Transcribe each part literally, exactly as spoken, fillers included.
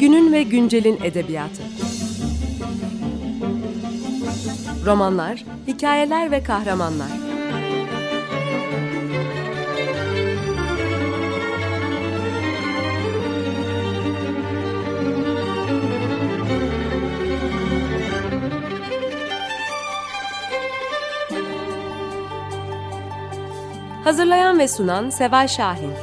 Günün ve güncelin edebiyatı. Romanlar, hikayeler ve kahramanlar. Hazırlayan ve sunan Seval Şahin.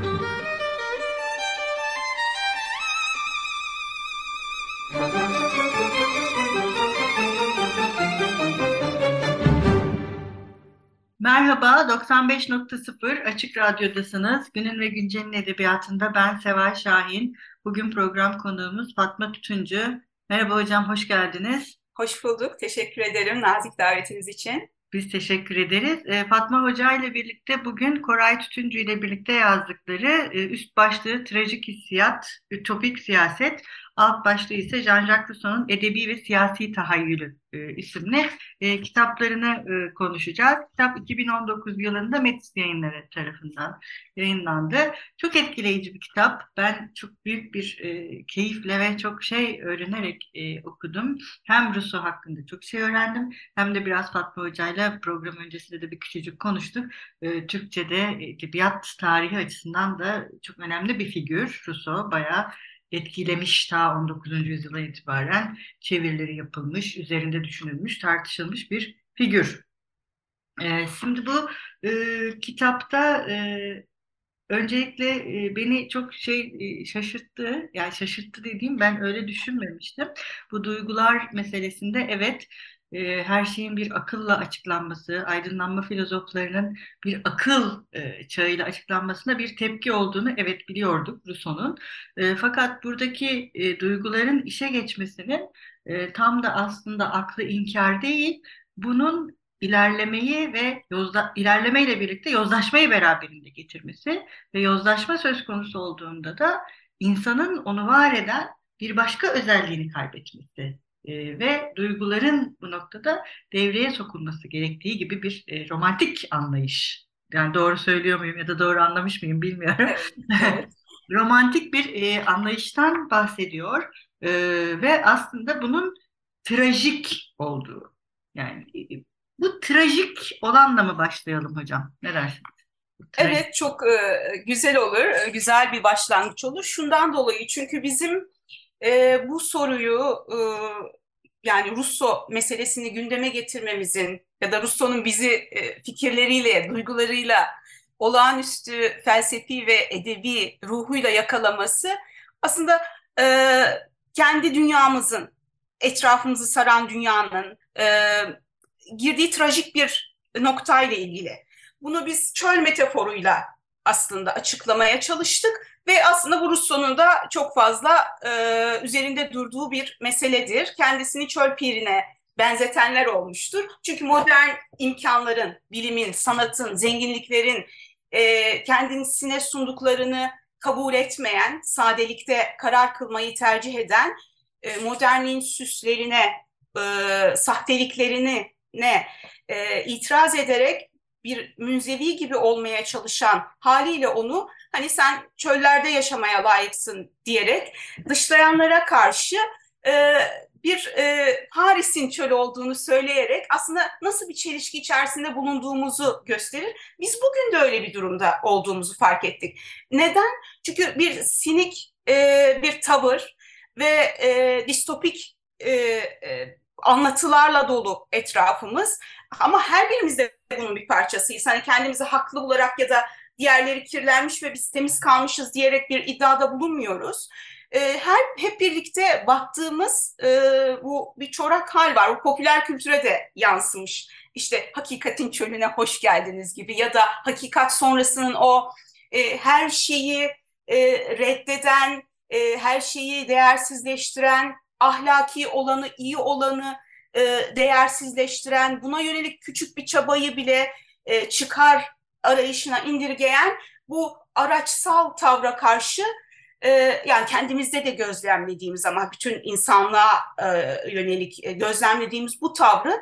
Merhaba, doksan beş nokta sıfır Açık Radyo'dasınız. Günün ve Güncel'in edebiyatında ben Seval Şahin. Bugün program konuğumuz Fatma Tütüncü. Merhaba hocam, hoş geldiniz. Hoş bulduk. Teşekkür ederim nazik davetiniz için. Biz teşekkür ederiz. Ee, Fatma Hoca ile birlikte bugün Koray Tütüncü ile birlikte yazdıkları e, üst başlığı trajik hissiyat, ütopik siyaset, alt başlığı ise Jean-Jacques Rousseau'nun Edebi ve Siyasi Tahayyülü e, isimli e, kitaplarını e, konuşacağız. Kitap iki bin on dokuz yılında Metis Yayınları tarafından yayınlandı. Çok etkileyici bir kitap. Ben çok büyük bir e, keyifle ve çok şey öğrenerek e, okudum. Hem Rousseau hakkında çok şey öğrendim, hem de biraz Fatma Hoca'yla program öncesinde de bir küçücük konuştuk. E, Türkçe'de edebiyat tarihi açısından da çok önemli bir figür. Rousseau bayağı etkilemiş, ta on dokuzuncu yüzyıldan itibaren çevirileri yapılmış, üzerinde düşünülmüş, tartışılmış bir figür. E, şimdi bu e, kitapta e, öncelikle e, beni çok şey e, şaşırttı. Yani şaşırttı dediğim, ben öyle düşünmemiştim. Bu duygular meselesinde evet, e, her şeyin bir akılla açıklanması, aydınlanma filozoflarının bir akıl e, çağıyla açıklanmasına bir tepki olduğunu evet biliyorduk Rousseau'nun. E, fakat buradaki e, duyguların işe geçmesinin e, tam da aslında aklı inkar değil, bunun ilerlemeyi ve yozla, ilerlemeyle birlikte yozlaşmayı beraberinde getirmesi ve yozlaşma söz konusu olduğunda da insanın onu var eden bir başka özelliğini kaybetmesi e, ve duyguların bu noktada devreye sokulması gerektiği gibi bir e, romantik anlayış. Yani doğru söylüyor muyum ya da doğru anlamış mıyım bilmiyorum. Evet, evet. Romantik bir e, anlayıştan bahsediyor e, ve aslında bunun trajik olduğu. Yani e, bu trajik olanla mı başlayalım hocam? Ne dersiniz? Bu trajik. Evet, çok e, güzel olur, e, güzel bir başlangıç olur. Şundan dolayı çünkü bizim e, bu soruyu e, yani Rousseau meselesini gündeme getirmemizin ya da Rousseau'nun bizi e, fikirleriyle, duygularıyla olağanüstü felsefi ve edebi ruhuyla yakalaması aslında e, kendi dünyamızın, etrafımızı saran dünyanın e, girdiği trajik bir noktayla ilgili. Bunu biz çöl metaforuyla aslında açıklamaya çalıştık ve aslında bu Rousseau'nun da çok fazla e, üzerinde durduğu bir meseledir. Kendisini çöl pirine benzetenler olmuştur. Çünkü modern imkanların, bilimin, sanatın, zenginliklerin e, kendisine sunduklarını kabul etmeyen, sadelikte karar kılmayı tercih eden, e, modernliğin süslerine, e, sahteliklerine ne e, itiraz ederek bir münzevi gibi olmaya çalışan haliyle onu hani sen çöllerde yaşamaya layıksın diyerek dışlayanlara karşı e, bir e, Paris'in çöl olduğunu söyleyerek aslında nasıl bir çelişki içerisinde bulunduğumuzu gösterir. Biz bugün de öyle bir durumda olduğumuzu fark ettik. Neden? Çünkü bir sinik e, bir tavır ve e, distopik e, e, anlatılarla dolu etrafımız. Ama her birimiz de bunun bir parçasıyız. Hani kendimizi haklı olarak ya da diğerleri kirlenmiş ve biz temiz kalmışız diyerek bir iddiada bulunmuyoruz. Ee, her hep birlikte baktığımız e, bu bir çorak hal var. Bu popüler kültüre de yansımış. İşte hakikatin çölüne hoş geldiniz gibi ya da hakikat sonrasının o e, her şeyi e, reddeden, e, her şeyi değersizleştiren, ahlaki olanı, iyi olanı e, değersizleştiren, buna yönelik küçük bir çabayı bile e, çıkar arayışına indirgeyen bu araçsal tavra karşı e, yani kendimizde de gözlemlediğimiz ama bütün insanlığa e, yönelik e, gözlemlediğimiz bu tavrı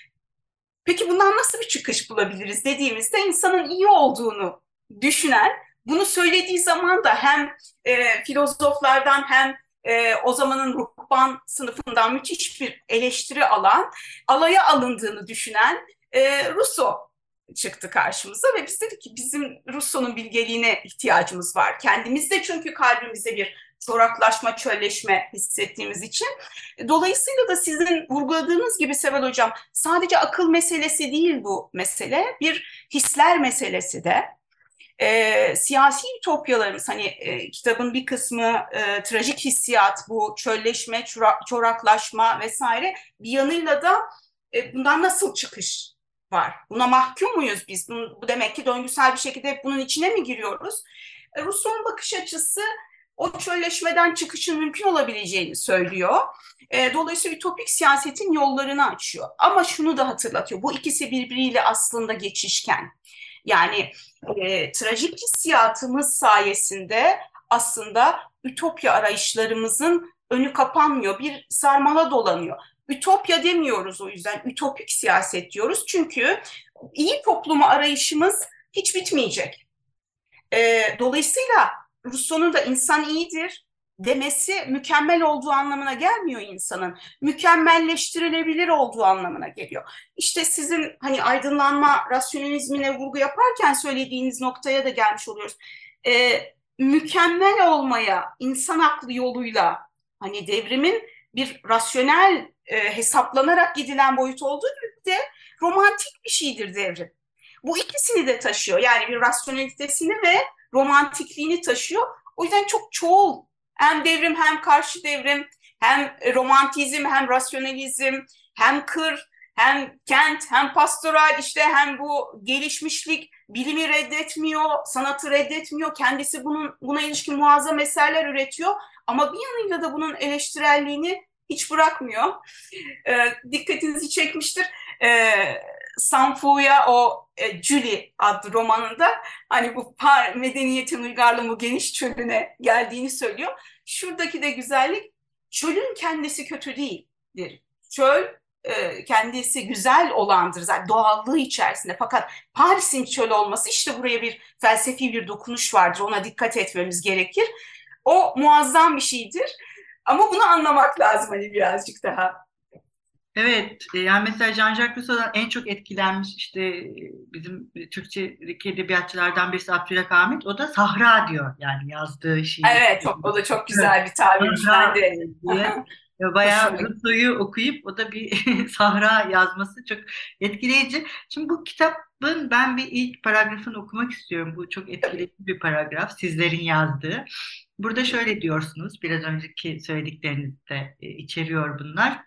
peki bundan nasıl bir çıkış bulabiliriz dediğimizde insanın iyi olduğunu düşünen, bunu söylediği zaman da hem e, filozoflardan hem e, o zamanın ruhban sınıfından müthiş bir eleştiri alan, alaya alındığını düşünen e, Rousseau çıktı karşımıza ve biz dedik ki bizim Rousseau'nun bilgeliğine ihtiyacımız var. Kendimizde çünkü kalbimizde bir çoraklaşma, çölleşme hissettiğimiz için. Dolayısıyla da sizin vurguladığınız gibi Seval Hocam, sadece akıl meselesi değil bu mesele, bir hisler meselesi de. E, siyasi ütopyalarımız, hani e, kitabın bir kısmı e, trajik hissiyat, bu çölleşme, çora, çoraklaşma vesaire, bir yanıyla da e, bundan nasıl çıkış var? Buna mahkum muyuz biz? Bu, bu demek ki döngüsel bir şekilde hep bunun içine mi giriyoruz? E, Rousseau'nun bakış açısı o çölleşmeden çıkışın mümkün olabileceğini söylüyor. E, dolayısıyla ütopik siyasetin yollarını açıyor. Ama şunu da hatırlatıyor, bu ikisi birbiriyle aslında geçişken. Yani e, trajik hissiyatımız sayesinde aslında ütopya arayışlarımızın önü kapanmıyor, bir sarmala dolanıyor. Ütopya demiyoruz o yüzden, ütopik siyaset diyoruz. Çünkü iyi toplumu arayışımız hiç bitmeyecek. E, dolayısıyla Rousseau'nun da insan iyidir demesi mükemmel olduğu anlamına gelmiyor insanın. Mükemmelleştirilebilir olduğu anlamına geliyor. İşte sizin hani aydınlanma rasyonalizmine vurgu yaparken söylediğiniz noktaya da gelmiş oluyoruz. Ee, mükemmel olmaya insan aklı yoluyla, hani devrimin bir rasyonel e, hesaplanarak gidilen boyut olduğu gibi de romantik bir şeydir devrim. Bu ikisini de taşıyor. Yani bir rasyonelitesini ve romantikliğini taşıyor. O yüzden çok çoğul, hem devrim hem karşı devrim, hem romantizm hem rasyonalizm, hem kır, hem kent, hem pastoral, işte hem bu gelişmişlik bilimi reddetmiyor, sanatı reddetmiyor. Kendisi bunun buna ilişkin muazzam eserler üretiyor. Ama bir yanıyla da bunun eleştirelliğini hiç bırakmıyor. E, dikkatinizi çekmiştir. E, Sanfu'ya o e, Julie adlı romanında hani bu medeniyetin uygarlığı bu geniş çölüne geldiğini söylüyor. Şuradaki de güzellik, çölün kendisi kötü değildir. Çöl e, kendisi güzel olandır zaten doğallığı içerisinde. Fakat Paris'in çöl olması, işte buraya bir felsefi bir dokunuş vardır. Ona dikkat etmemiz gerekir. O muazzam bir şeydir. Ama bunu anlamak lazım hani birazcık daha. Evet, e, yani mesela Jean-Jacques Rousseau'dan en çok etkilenmiş işte e, bizim Türkçedeki edebiyatçılardan birisi Abdülhamit, o da Sahra diyor yani yazdığı şiir. Evet, çok, o da çok Evet, güzel bir tabirmiş. Ben Sahra de e, diye. Ya bayağı hoşuma gitti. Rousseau'yu okuyup o da bir Sahra yazması çok etkileyici. Şimdi bu kitabın ben bir ilk paragrafını okumak istiyorum. Bu çok etkileyici bir paragraf, sizlerin yazdığı. Burada şöyle diyorsunuz, biraz önceki söylediklerinizde e, içeriyor bunlar.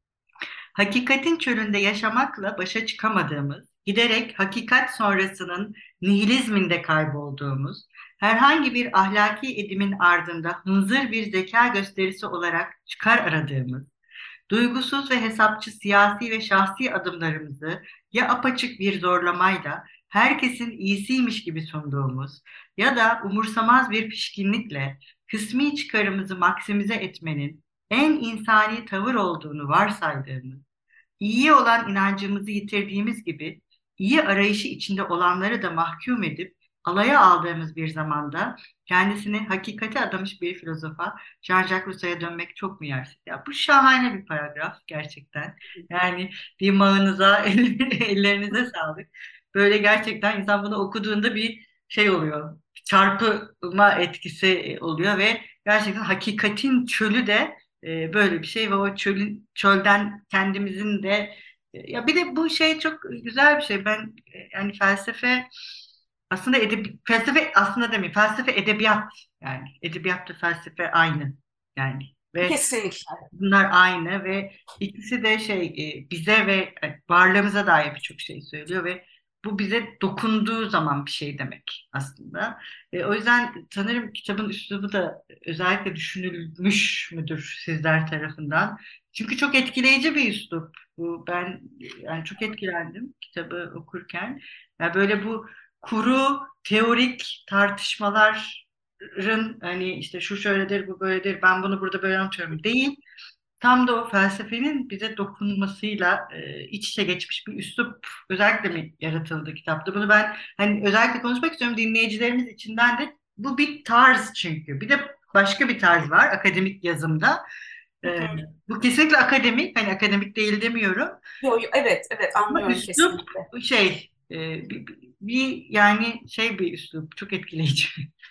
Hakikatin çölünde yaşamakla başa çıkamadığımız, giderek hakikat sonrasının nihilizminde kaybolduğumuz, herhangi bir ahlaki edimin ardında hınzır bir zeka gösterisi olarak çıkar aradığımız, duygusuz ve hesapçı siyasi ve şahsi adımlarımızı ya apaçık bir zorlamayla herkesin iyisiymiş gibi sunduğumuz ya da umursamaz bir pişkinlikle kısmi çıkarımızı maksimize etmenin en insani tavır olduğunu varsaydığımız, İyiye olan inancımızı yitirdiğimiz gibi iyi arayışı içinde olanları da mahkum edip alaya aldığımız bir zamanda kendisini hakikate adamış bir filozofa, Jean-Jacques Rousseau'ya dönmek çok mu yersiz? Ya bu şahane bir paragraf gerçekten. Yani dimağınıza, ellerinize sağlık. Böyle gerçekten insan bunu okuduğunda bir şey oluyor. Çarpıma etkisi oluyor ve gerçekten hakikatin çölü de e, böyle bir şey ve o çölün çölden kendimizin de e, ya bir de bu şey çok güzel bir şey. Ben e, yani felsefe aslında edebi, felsefe aslında demeyeyim. Felsefe edebiyat yani edebiyat ve felsefe aynı yani ve Kesinlikle. bunlar aynı ve ikisi de şey e, bize ve e, varlığımıza dair birçok şey söylüyor ve bu bize dokunduğu zaman bir şey demek aslında. E, o yüzden sanırım kitabın üslubu da özellikle düşünülmüş müdür sizler tarafından? Çünkü çok etkileyici bir üslup. Bu ben yani çok etkilendim kitabı okurken. Ya böyle bu kuru teorik tartışmaların hani işte şu şöyledir bu böyledir ben bunu burada böyle anlatıyorum değil. Tam da o felsefenin bize dokunmasıyla e, iç içe geçmiş bir üslup özellikle mi yaratıldı kitapta? Bunu ben hani özellikle konuşmak istiyorum dinleyicilerimiz içinden de bu bir tarz çünkü. Bir de başka bir tarz var akademik yazımda. Hı Ee, hı. Bu kesinlikle akademik, hani akademik değil demiyorum. Yo, yo, evet, evet Ama anlıyorum üslup kesinlikle. şey, e, bir, bir yani şey bir üslup çok etkileyici.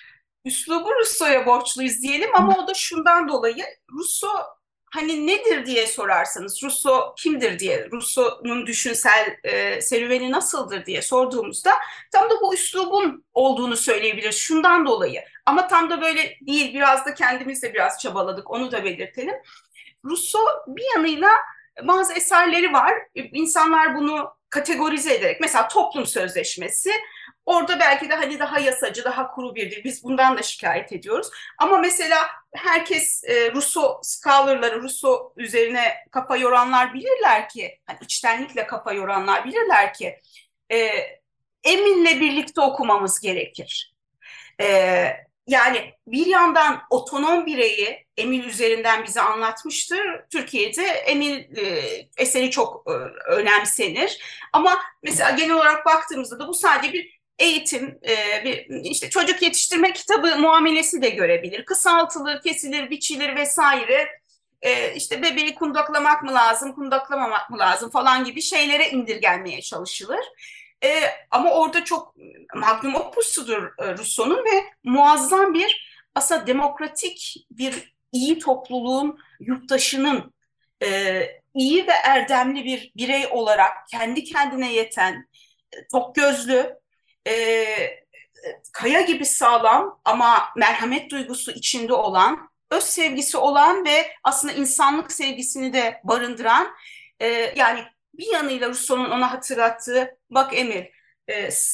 Üslubu Russo'ya borçluyuz diyelim ama o da şundan dolayı Russo hani nedir diye sorarsanız Russo kimdir diye Russo'nun düşünsel e, serüveni nasıldır diye sorduğumuzda tam da bu üslubun olduğunu söyleyebiliriz şundan dolayı. Ama tam da böyle değil, biraz da kendimiz de biraz çabaladık, onu da belirtelim. Rousseau bir yanıyla bazı eserleri var. İnsanlar bunu kategorize ederek mesela toplum sözleşmesi orada belki de hani daha yasacı, daha kuru bir dil. Biz bundan da şikayet ediyoruz. Ama mesela herkes e, Rousseau scholarları, Rousseau üzerine kafa yoranlar bilirler ki, hani içtenlikle kafa yoranlar bilirler ki e, Emin'le birlikte okumamız gerekir. Ee, Yani bir yandan otonom bireyi Emil üzerinden bize anlatmıştır. Türkiye'de Emil e, eseri çok e, önemsenir. Ama mesela genel olarak baktığımızda da bu sadece bir eğitim, e, bir işte çocuk yetiştirme kitabı muamelesi de görebilir. Kısaltılır, kesilir, biçilir vesaire. E, işte bebeği kundaklamak mı lazım, kundaklamamak mı lazım falan gibi şeylere indirgenmeye çalışılır. E, Ama orada çok magnum opusudur e, Rousseau'nun ve muazzam bir aslında demokratik bir iyi topluluğun yurttaşının e, iyi ve erdemli bir birey olarak kendi kendine yeten, tok gözlü, e, kaya gibi sağlam ama merhamet duygusu içinde olan, öz sevgisi olan ve aslında insanlık sevgisini de barındıran, e, yani bir yanıyla Rousseau'nun ona hatırlattığı, bak Emil, e,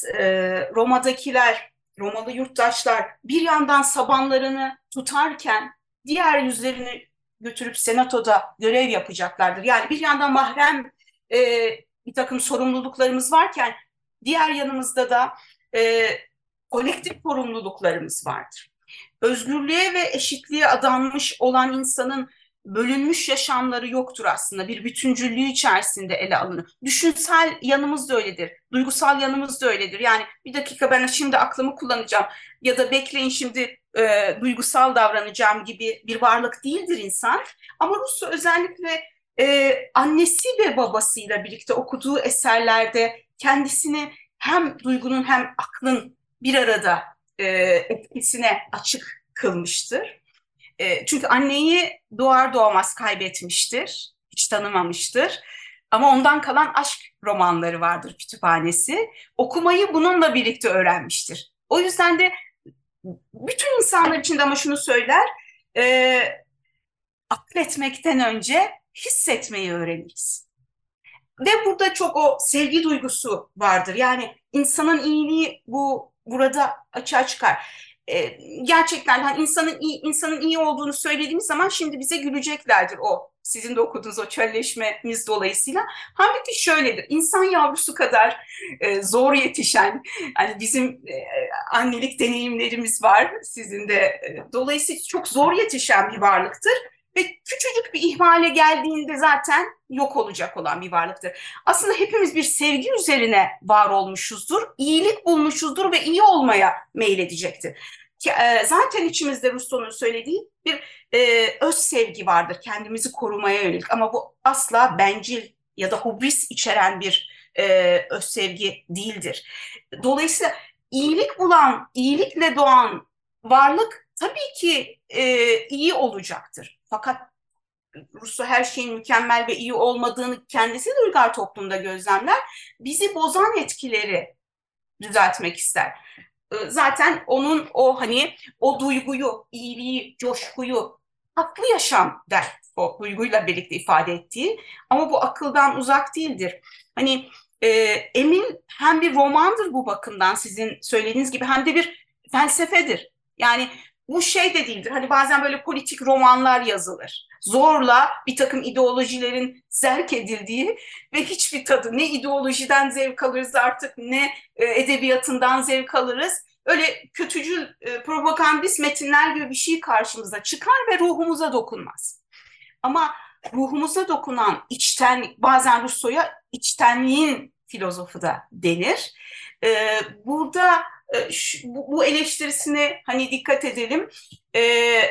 e, Roma'dakiler, Romalı yurttaşlar bir yandan sabanlarını tutarken diğer yüzlerini götürüp senatoda görev yapacaklardır. Yani bir yandan mahrem e, bir takım sorumluluklarımız varken diğer yanımızda da e, kolektif sorumluluklarımız vardır. Özgürlüğe ve eşitliğe adanmış olan insanın bölünmüş yaşamları yoktur aslında. Bir bütüncüllüğü içerisinde ele alınır. Düşünsel yanımız da öyledir. Duygusal yanımız da öyledir. Yani bir dakika ben şimdi aklımı kullanacağım ya da bekleyin şimdi e, duygusal davranacağım gibi bir varlık değildir insan. Ama Rousseau özellikle e, annesi ve babasıyla birlikte okuduğu eserlerde kendisini hem duygunun hem aklın bir arada e, etkisine açık kılmıştır. E, çünkü anneyi doğar doğmaz kaybetmiştir, hiç tanımamıştır. Ama ondan kalan aşk romanları vardır kütüphanesi. Okumayı bununla birlikte öğrenmiştir. O yüzden de bütün insanlar için de ama şunu söyler, e, akletmekten önce hissetmeyi öğreniriz. Ve burada çok o sevgi duygusu vardır. Yani insanın iyiliği bu burada açığa çıkar. Ee, Gerçekten hani insanın iyi insanın iyi olduğunu söylediğimiz zaman şimdi bize güleceklerdir o sizin de okuduğunuz o çölleşmemiz dolayısıyla. Halbuki şöyledir. İnsan yavrusu kadar e, zor yetişen, hani bizim e, annelik deneyimlerimiz var sizin de. E, dolayısıyla çok zor yetişen bir varlıktır ve küçücük bir ihmale geldiğinde zaten yok olacak olan bir varlıktır. Aslında hepimiz bir sevgi üzerine var olmuşuzdur, iyilik bulmuşuzdur ve iyi olmaya meyledecektir. Zaten içimizde Rousseau'nun söylediği bir e, öz sevgi vardır, kendimizi korumaya yönelik. Ama bu asla bencil ya da hubris içeren bir e, öz sevgi değildir. Dolayısıyla iyilik bulan, iyilikle doğan varlık tabii ki e, iyi olacaktır. Fakat Rousseau her şeyin mükemmel ve iyi olmadığını kendisi de uygar toplumda gözlemler. Bizi bozan etkileri düzeltmek ister. Zaten onun o hani o duyguyu, iyiliği, coşkuyu, haklı yaşam der o duyguyla birlikte ifade ettiği. Ama bu akıldan uzak değildir. Hani e, Emil hem bir romandır bu bakımdan sizin söylediğiniz gibi hem de bir felsefedir. Yani bu şey de değildir. Hani bazen böyle politik romanlar yazılır. Zorla bir takım ideolojilerin zerk edildiği ve hiçbir tadı ne ideolojiden zevk alırız artık ne e, edebiyatından zevk alırız. Öyle kötücül e, propagandist metinler gibi bir şey karşımıza çıkar ve ruhumuza dokunmaz. Ama ruhumuza dokunan içtenlik, bazen Rousseau'ya içtenliğin filozofu da denir. E, burada e, şu, bu, bu eleştirisine hani dikkat edelim. E,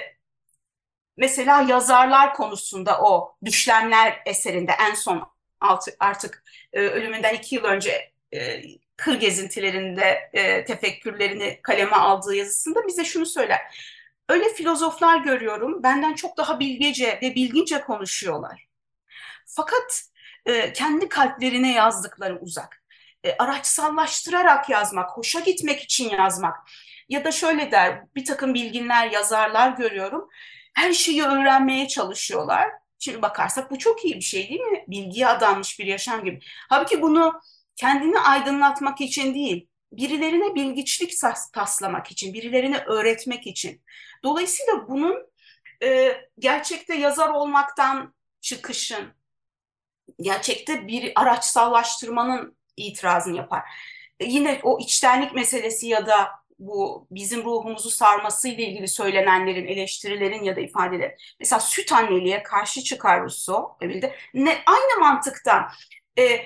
Mesela yazarlar konusunda o Düşlemler eserinde en son altı, artık e, ölümünden iki yıl önce e, kır gezintilerinde e, tefekkürlerini kaleme aldığı yazısında bize şunu söyler. Öyle filozoflar görüyorum, benden çok daha bilgece ve bilgince konuşuyorlar. Fakat e, kendi kalplerine yazdıkları uzak. E, araçsallaştırarak yazmak, hoşa gitmek için yazmak. Ya da şöyle der, bir takım bilginler, yazarlar görüyorum. Her şeyi öğrenmeye çalışıyorlar. Şimdi bakarsak bu çok iyi bir şey değil mi? Bilgiye adanmış bir yaşam gibi. Halbuki bunu kendini aydınlatmak için değil, birilerine bilgiçlik taslamak için, birilerine öğretmek için. Dolayısıyla bunun e, gerçekte yazar olmaktan çıkışın, gerçekte bir araçsallaştırmanın itirazını yapar. E, yine o içtenlik meselesi ya da bu bizim ruhumuzu sarmasıyla ilgili söylenenlerin, eleştirilerin ya da ifadelerin. Mesela süt anneliğe karşı çıkar Rousseau. Ne, aynı mantıktan e, e,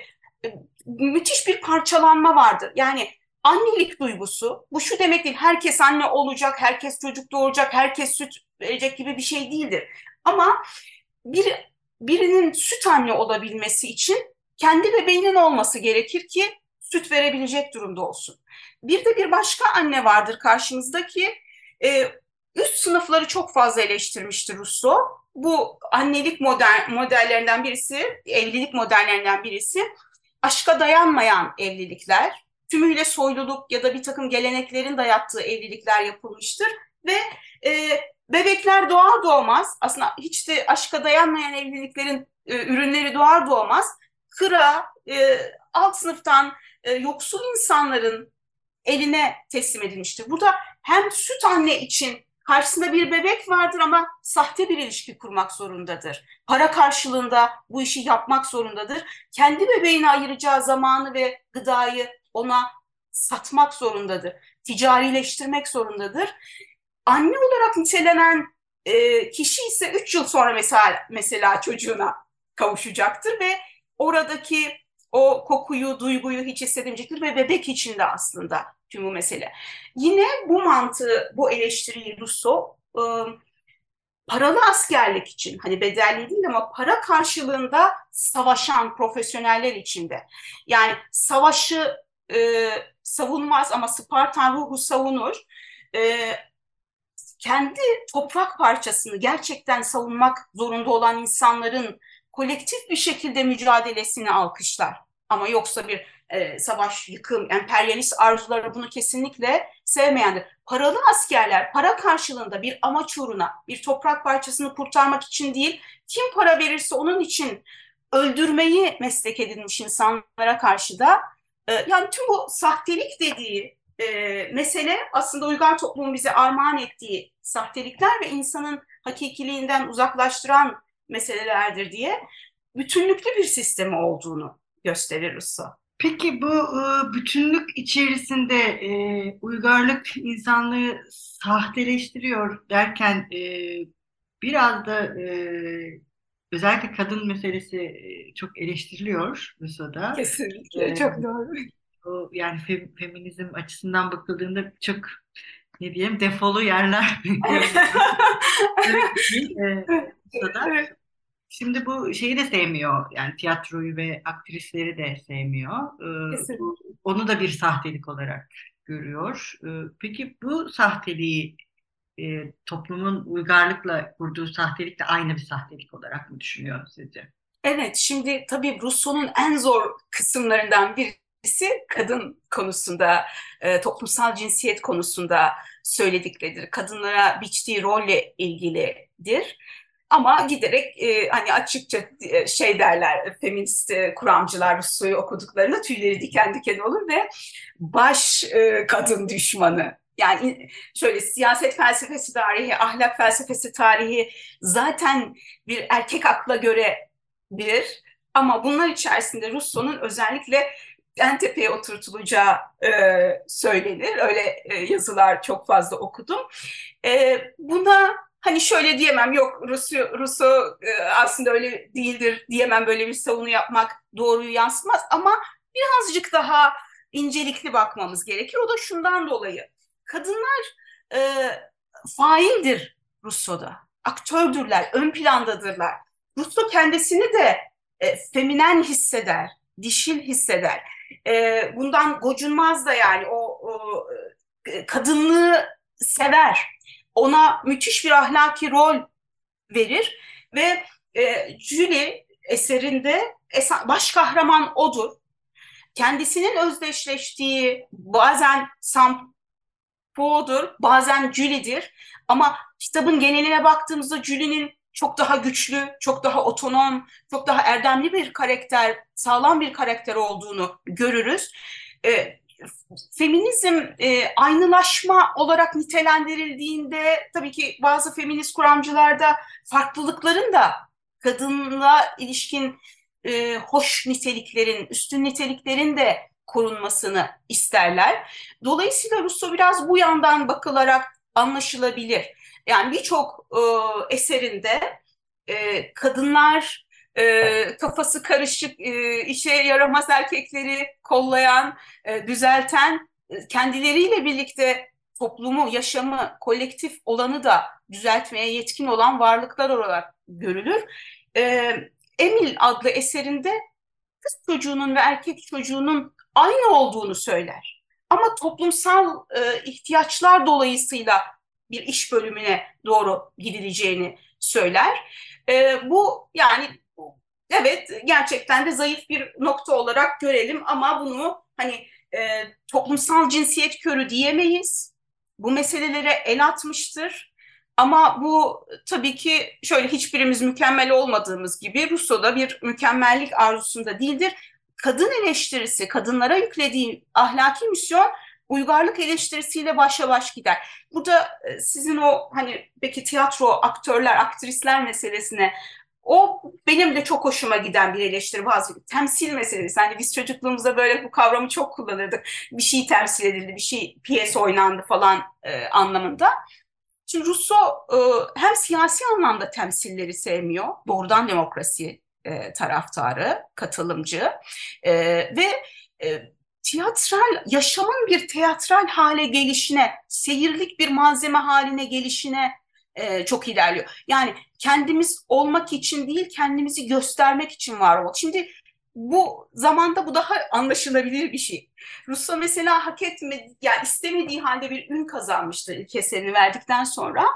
müthiş bir parçalanma vardır. Yani annelik duygusu, bu şu demek değil, herkes anne olacak, herkes çocuk doğuracak, herkes süt verecek gibi bir şey değildir. Ama bir birinin süt anne olabilmesi için kendi bebeğinin olması gerekir ki süt verebilecek durumda olsun. Bir de bir başka anne vardır karşımızda ki e, üst sınıfları çok fazla eleştirmiştir Rousseau. Bu annelik model, modellerinden birisi, evlilik modellerinden birisi aşka dayanmayan evlilikler, tümüyle soyluluk ya da bir takım geleneklerin dayattığı evlilikler yapılmıştır ve e, bebekler doğar doğmaz, aslında hiç de aşka dayanmayan evliliklerin e, ürünleri doğar doğmaz, kıra, e, alt sınıftan e, yoksul insanların eline teslim edilmiştir. Burada hem süt anne için karşısında bir bebek vardır ama sahte bir ilişki kurmak zorundadır. Para karşılığında bu işi yapmak zorundadır. Kendi bebeğine ayıracağı zamanı ve gıdayı ona satmak zorundadır. Ticarileştirmek zorundadır. Anne olarak nitelenen e, kişi ise üç yıl sonra mesela, mesela çocuğuna kavuşacaktır ve oradaki o kokuyu, duyguyu hiç hissedemeyecektir ve bebek içinde aslında tüm bu mesele. Yine bu mantığı, bu eleştiriyi Rousseau e, paralı askerlik için, hani bedelli değil ama para karşılığında savaşan profesyoneller içinde. Yani savaşı e, savunmaz ama Spartan ruhu savunur. E, kendi toprak parçasını gerçekten savunmak zorunda olan insanların kolektif bir şekilde mücadelesini alkışlar. Ama yoksa bir e, savaş, yıkım, emperyalist arzuları bunu kesinlikle sevmeyendir. Paralı askerler para karşılığında bir amaç uğruna bir toprak parçasını kurtarmak için değil, kim para verirse onun için öldürmeyi meslek edinmiş insanlara karşı da e, yani tüm bu sahtelik dediği e, mesele aslında uygar toplumun bize armağan ettiği sahtelikler ve insanın hakikiliğinden uzaklaştıran meselelerdir diye bütünlüklü bir sistemi olduğunu gösterir Rousseau. Peki bu e, bütünlük içerisinde e, uygarlık insanlığı sahteleştiriyor derken e, biraz da e, özellikle kadın meselesi e, çok eleştiriliyor Rousseau'da. Kesinlikle, E, çok doğru. o, yani fe, feminizm açısından bakıldığında çok ne diyeyim defolu yerler görüyoruz. e, Rousseau'da. Şimdi bu şeyi de sevmiyor. Yani tiyatroyu ve aktrisleri de sevmiyor. Ee, bu- onu da bir sahtelik olarak görüyor. Ee, peki bu sahteliği e, toplumun uygarlıkla kurduğu sahtelik de aynı bir sahtelik olarak mı düşünüyor sizce? Evet, şimdi tabii Rousseau'nun en zor kısımlarından birisi kadın konusunda, e, toplumsal cinsiyet konusunda söyledikleridir. Kadınlara biçtiği rolle ilgilidir. Ama giderek e, hani açıkça e, şey derler, feminist e, kuramcılar Rousseau'yu okuduklarında tüyleri diken diken olur ve baş e, kadın düşmanı. Yani şöyle siyaset felsefesi tarihi, ahlak felsefesi tarihi zaten bir erkek akla göre bir, ama bunlar içerisinde Rousseau'nun özellikle en tepeye oturtulacağı e, söylenir. Öyle e, yazılar çok fazla okudum. E, buna hani şöyle diyemem, yok Rousseau, Rousseau e, aslında öyle değildir diyemem, böyle bir savunu yapmak doğruyu yansıtmaz, ama birazcık daha incelikli bakmamız gerekir. O da şundan dolayı. Kadınlar e, faildir Russo'da. Aktördürler, ön plandadırlar. Russo kendisini de e, feminen hisseder, dişil hisseder. E, bundan gocunmaz da yani o, o e, kadınlığı sever. Ona müthiş bir ahlaki rol verir ve e, Julie eserinde esa- baş kahraman odur. Kendisinin özdeşleştiği bazen Sampo'dur, bazen Julie'dir. Ama kitabın geneline baktığımızda Julie'nin çok daha güçlü, çok daha otonom, çok daha erdemli bir karakter, sağlam bir karakter olduğunu görürüz. E, Feminizm e, aynılaşma olarak nitelendirildiğinde tabii ki bazı feminist kuramcılarda farklılıkların da kadınla ilişkin e, hoş niteliklerin, üstün niteliklerin de korunmasını isterler. Dolayısıyla Russo biraz bu yandan bakılarak anlaşılabilir. Yani birçok e, eserinde e, kadınlar e, kafası karışık, e, işe yaramaz erkekleri kollayan, e, düzelten, e, kendileriyle birlikte toplumu, yaşamı, kolektif olanı da düzeltmeye yetkin olan varlıklar olarak görülür. E, Emil adlı eserinde kız çocuğunun ve erkek çocuğunun aynı olduğunu söyler. Ama toplumsal e, ihtiyaçlar dolayısıyla bir iş bölümüne doğru gidileceğini söyler. E, bu yani evet gerçekten de zayıf bir nokta olarak görelim ama bunu hani e, toplumsal cinsiyet körü diyemeyiz. Bu meselelere el atmıştır. Ama bu tabii ki şöyle hiçbirimiz mükemmel olmadığımız gibi Rousseau da bir mükemmellik arzusunda değildir. Kadın eleştirisi, kadınlara yüklediği ahlaki misyon uygarlık eleştirisiyle başa baş gider. Burada e, sizin o hani peki tiyatro, aktörler, aktrisler meselesine o benim de çok hoşuma giden bir eleştiri. Bazı temsil meselesi. Hani biz çocukluğumuzda böyle bu kavramı çok kullanırdık. Bir şey temsil edildi, bir şey piyes oynandı falan e, anlamında. Şimdi Rousseau e, hem siyasi anlamda temsilleri sevmiyor, doğrudan demokrasi e, taraftarı, katılımcı e, ve e, tiyatral, yaşamın bir teatral hale gelişine, seyirlik bir malzeme haline gelişine e, çok ilerliyor. Yani kendimiz olmak için değil, kendimizi göstermek için var olmak. Şimdi bu zamanda bu daha anlaşılabilir bir şey. Rousseau mesela hak etmedi, yani istemediği halde bir ün kazanmıştı ilk eserini verdikten sonra.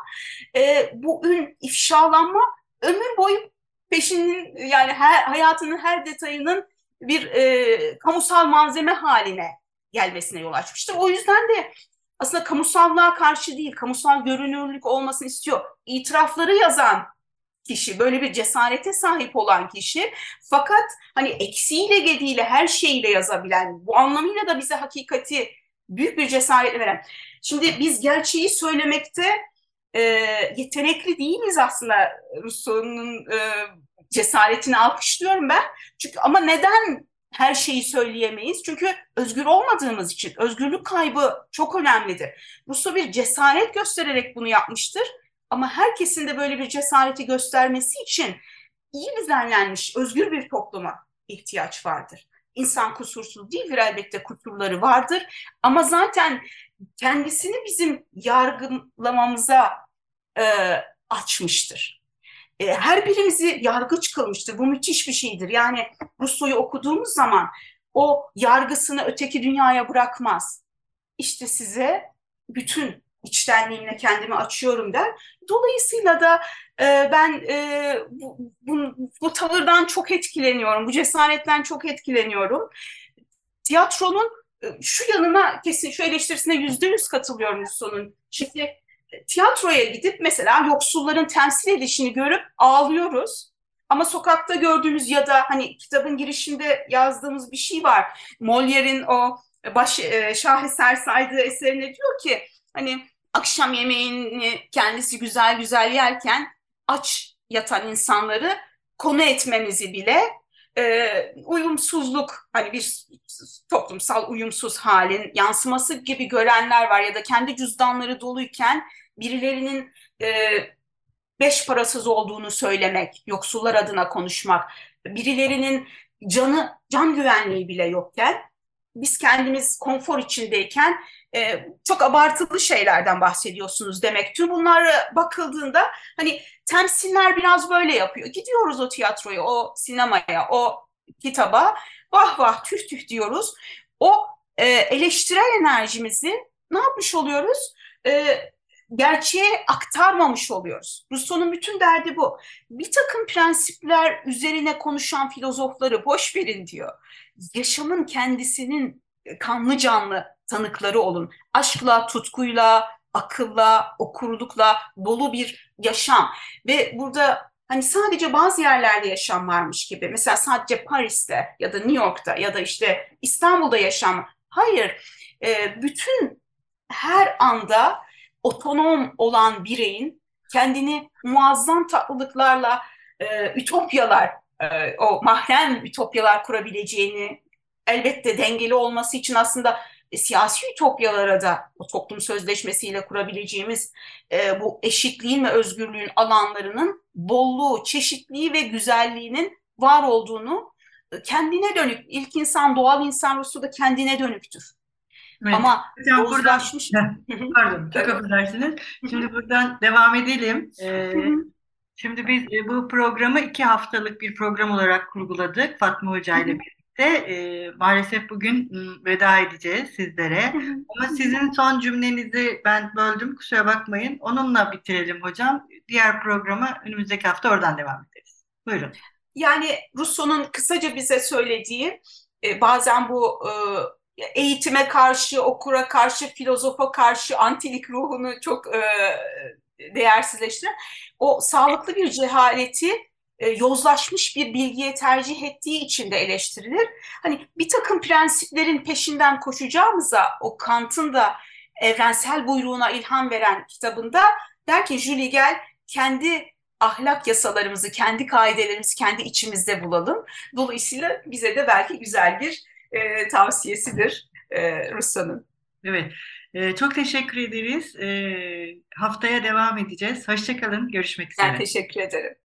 E, bu ün ifşalanma ömür boyu peşinin yani her, hayatının her detayının bir e, kamusal malzeme haline gelmesine yol açmıştır. O yüzden de aslında kamusallığa karşı değil, kamusal görünürlük olmasını istiyor. İtirafları yazan kişi, böyle bir cesarete sahip olan kişi fakat hani eksiğiyle gediğiyle her şeyiyle yazabilen, bu anlamıyla da bize hakikati büyük bir cesaretle veren. Şimdi biz gerçeği söylemekte e, yetenekli değiliz aslında. Rousseau'nun e, cesaretini alkışlıyorum ben. Çünkü ama neden her şeyi söyleyemeyiz? Çünkü özgür olmadığımız için. Özgürlük kaybı çok önemlidir. Rousseau bir cesaret göstererek bunu yapmıştır. Ama herkesin de böyle bir cesareti göstermesi için iyi düzenlenmiş, özgür bir topluma ihtiyaç vardır. İnsan kusursuz değildir, elbette kusurları vardır. Ama zaten kendisini bizim yargılamamıza e, açmıştır. E, her birimizi yargıç kılmıştır. Bu müthiş bir şeydir. Yani Rousseau'yu okuduğumuz zaman o yargısını öteki dünyaya bırakmaz. İşte size bütün içtenliğimle kendimi açıyorum der. Dolayısıyla da e, ben e, bu, bu, bu tavırdan çok etkileniyorum, bu cesaretten çok etkileniyorum. Tiyatronun e, şu yanına kesin, şu eleştirisine yüzde yüz katılıyorum Rousseau'nun. Şimdi e, tiyatroya gidip mesela yoksulların temsil edişini görüp ağlıyoruz. Ama sokakta gördüğümüz ya da hani kitabın girişinde yazdığımız bir şey var. Molière'in o baş e, şaheser saydığı eserine diyor ki hani akşam yemeğini kendisi güzel güzel yerken aç yatan insanları konu etmemizi bile e, uyumsuzluk, hani bir toplumsal uyumsuz halin yansıması gibi görenler var ya da kendi cüzdanları doluyken birilerinin e, beş parasız olduğunu söylemek, yoksullar adına konuşmak, birilerinin canı, can güvenliği bile yokken biz kendimiz konfor içindeyken e, çok abartılı şeylerden bahsediyorsunuz demek. Tüm bunlara bakıldığında hani temsiller biraz böyle yapıyor. Gidiyoruz o tiyatroya, o sinemaya, o kitaba, vah vah tüh tüh diyoruz. O e, eleştirel enerjimizi ne yapmış oluyoruz? E, Gerçeğe aktarmamış oluyoruz. Rousseau'nun bütün derdi bu. Bir takım prensipler üzerine konuşan filozofları boş verin diyor. Yaşamın kendisinin kanlı canlı tanıkları olun. Aşkla, tutkuyla, akılla, okurlukla dolu bir yaşam. Ve burada hani sadece bazı yerlerde yaşam varmış gibi. Mesela sadece Paris'te ya da New York'ta ya da işte İstanbul'da yaşam. Hayır, e, bütün her anda otonom olan bireyin kendini muazzam tatlılıklarla e, ütopyalar, e, o mahrem ütopyalar kurabileceğini, elbette dengeli olması için aslında e, siyasi ütopyalara da o toplum sözleşmesiyle kurabileceğimiz e, bu eşitliğin ve özgürlüğün alanlarının bolluğu, çeşitliliği ve güzelliğinin var olduğunu e, kendine dönük, ilk insan, doğal insan Rousseau da kendine dönüktür. Evet. Ama Hocam buradan, yozlaşmış... pardon, çok affedersiniz. Şimdi buradan devam edelim. Ee, Hı hı. şimdi biz e, bu programı iki haftalık bir program olarak kurguladık Fatma Hoca Hı ile hı. birlikte. Ee, maalesef bugün m, veda edeceğiz sizlere. Hı hı. Ama Hı hı. sizin son cümlenizi ben böldüm, kusura bakmayın. Onunla bitirelim hocam. Diğer programa önümüzdeki hafta oradan devam ederiz. Buyurun. Yani Rousseau'nun kısaca bize söylediği e, bazen bu e, eğitime karşı, okura karşı, filozofa karşı antilik ruhunu çok e, değersizleştiren o sağlıklı bir cehaleti e, yozlaşmış bir bilgiye tercih ettiği için de eleştirilir. Hani bir takım prensiplerin peşinden koşacağımıza o Kant'ın da evrensel buyruğuna ilham veren kitabında der ki Julie gel kendi ahlak yasalarımızı, kendi kaidelerimizi kendi içimizde bulalım. Dolayısıyla bize de belki güzel bir e, tavsiyesidir e, Rousseau'nun. Evet. Ee, çok teşekkür ederiz. Ee, haftaya devam edeceğiz. Hoşça kalın. Görüşmek Ben üzere. teşekkür ederim.